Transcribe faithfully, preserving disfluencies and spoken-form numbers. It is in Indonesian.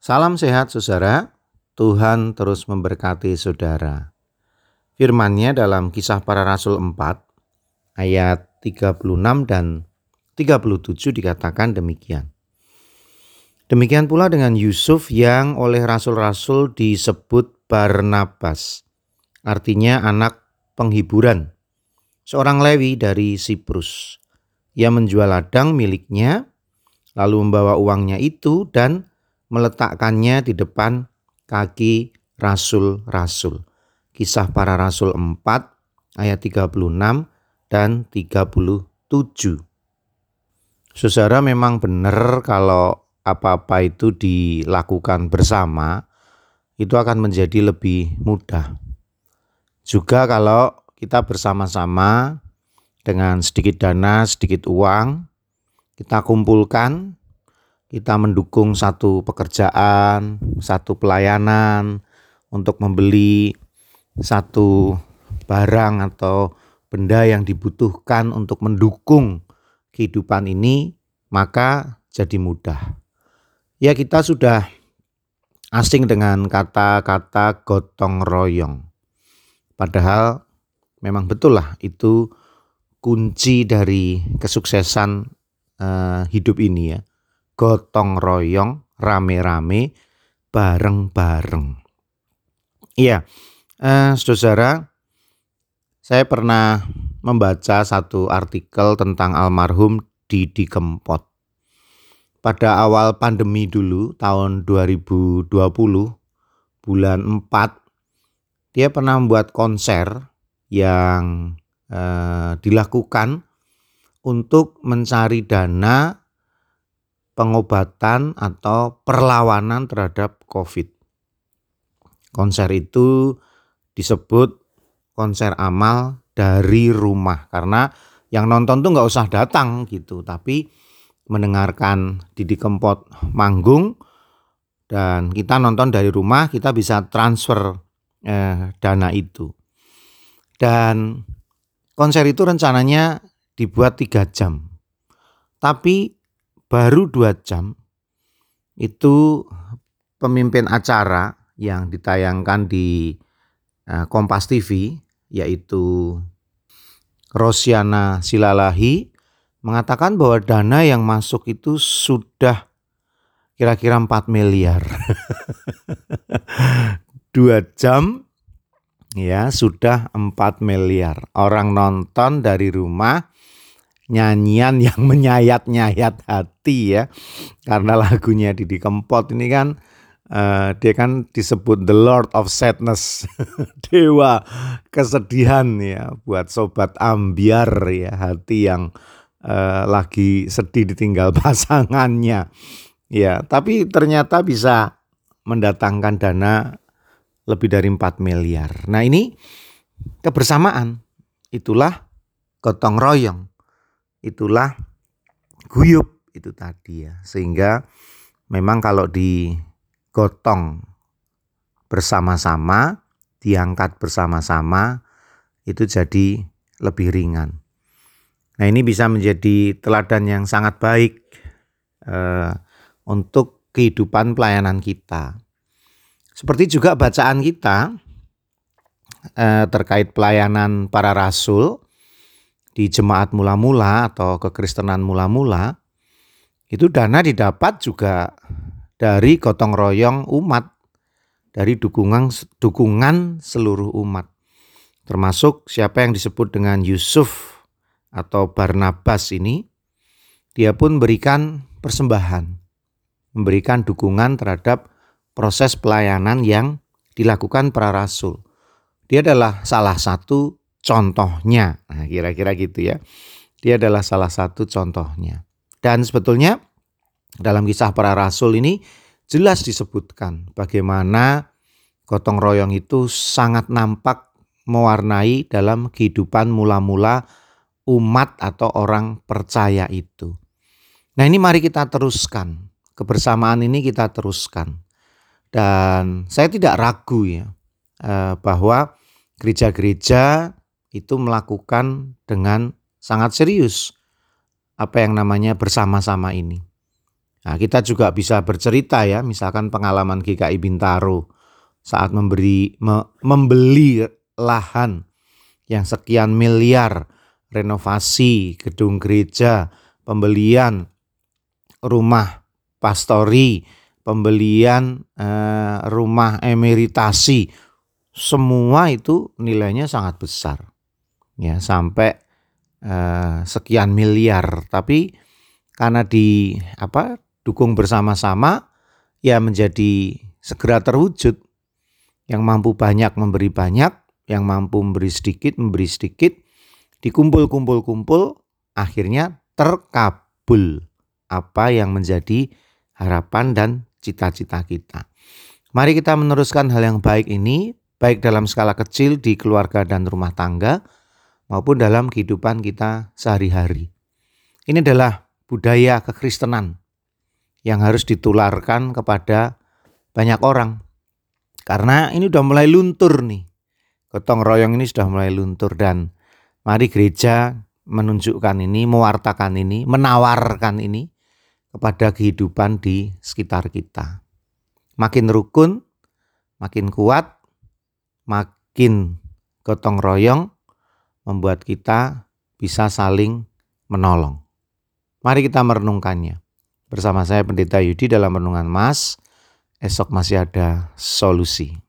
Salam sehat saudara, Tuhan terus memberkati saudara. Firman-Nya dalam Kisah Para Rasul empat ayat tiga puluh enam dan tiga puluh tujuh dikatakan demikian. Demikian pula dengan Yusuf yang oleh rasul-rasul disebut Barnabas, artinya anak penghiburan, seorang Lewi dari Siprus. Ia menjual ladang miliknya, lalu membawa uangnya itu dan meletakkannya di depan kaki rasul-rasul. Kisah Para Rasul empat ayat tiga puluh enam dan tiga puluh tujuh. Saudara, memang benar kalau apa-apa itu dilakukan bersama, itu akan menjadi lebih mudah. Juga kalau kita bersama-sama dengan sedikit dana, sedikit uang, kita kumpulkan, kita mendukung satu pekerjaan, satu pelayanan untuk membeli satu barang atau benda yang dibutuhkan untuk mendukung kehidupan ini, maka jadi mudah. Ya, kita sudah asing dengan kata-kata gotong royong. Padahal memang betul lah itu kunci dari kesuksesan uh, hidup ini ya. Gotong royong, rame-rame, bareng-bareng. Iya, uh, saudara, saya pernah membaca satu artikel tentang almarhum Didi Kempot. Pada awal pandemi dulu, tahun dua ribu dua puluh, bulan empat, dia pernah membuat konser yang eh, dilakukan untuk mencari dana pengobatan atau perlawanan terhadap COVID. Konser itu disebut konser amal dari rumah, karena yang nonton tuh nggak usah datang gitu, tapi mendengarkan Didi Kempot manggung dan kita nonton dari rumah, kita bisa transfer eh, dana itu. Dan konser itu rencananya dibuat tiga jam, tapi baru dua jam itu pemimpin acara yang ditayangkan di eh, Kompas T V, yaitu Rosiana Silalahi, mengatakan bahwa dana yang masuk itu sudah kira-kira empat miliar. Dua jam ya sudah empat miliar. Orang nonton dari rumah, nyanyian yang menyayat-nyayat hati ya. Karena lagunya Didi Kempot ini kan uh, dia kan disebut The Lord of Sadness. Dewa kesedihan ya buat sobat ambiar ya, hati yang Uh, lagi sedih ditinggal pasangannya. Ya, tapi ternyata bisa mendatangkan dana lebih dari empat miliar. Nah, ini kebersamaan. Itulah gotong royong. Itulah guyup itu tadi ya. Sehingga memang kalau digotong bersama-sama, diangkat bersama-sama, itu jadi lebih ringan. Nah, ini bisa menjadi teladan yang sangat baik uh, untuk kehidupan pelayanan kita. Seperti juga bacaan kita uh, terkait pelayanan para rasul di jemaat mula-mula atau kekristenan mula-mula, itu dana didapat juga dari gotong royong umat, dari dukungan dukungan seluruh umat. Termasuk siapa yang disebut dengan Yusuf atau Barnabas ini, dia pun berikan persembahan, memberikan dukungan terhadap proses pelayanan yang dilakukan para rasul. Dia adalah salah satu contohnya, nah, kira-kira gitu ya. Dia adalah salah satu contohnya. Dan sebetulnya dalam Kisah Para Rasul ini jelas disebutkan bagaimana gotong royong itu sangat nampak mewarnai dalam kehidupan mula-mula umat atau orang percaya itu. Nah, ini mari kita teruskan. Kebersamaan ini kita teruskan. Dan saya tidak ragu ya bahwa gereja-gereja itu melakukan dengan sangat serius apa yang namanya bersama-sama ini. Nah, kita juga bisa bercerita ya, misalkan pengalaman G K I Bintaro saat memberi me, membeli lahan yang sekian miliar, renovasi gedung gereja, pembelian rumah pastori, pembelian eh, rumah emeritasi, semua itu nilainya sangat besar. Ya, sampai eh, sekian miliar, tapi karena di apa dukung bersama-sama ya menjadi segera terwujud. Yang mampu banyak memberi banyak, yang mampu memberi sedikit memberi sedikit, dikumpul-kumpul-kumpul, akhirnya terkabul apa yang menjadi harapan dan cita-cita kita. Mari kita meneruskan hal yang baik ini, baik dalam skala kecil di keluarga dan rumah tangga, maupun dalam kehidupan kita sehari-hari. Ini adalah budaya kekristenan yang harus ditularkan kepada banyak orang. Karena ini sudah mulai luntur nih. Gotong royong ini sudah mulai luntur dan mari gereja menunjukkan ini, mewartakan ini, menawarkan ini kepada kehidupan di sekitar kita. Makin rukun, makin kuat, makin gotong royong membuat kita bisa saling menolong. Mari kita merenungkannya. Bersama saya Pendeta Yudi dalam Renungan Mas. Esok masih ada solusi.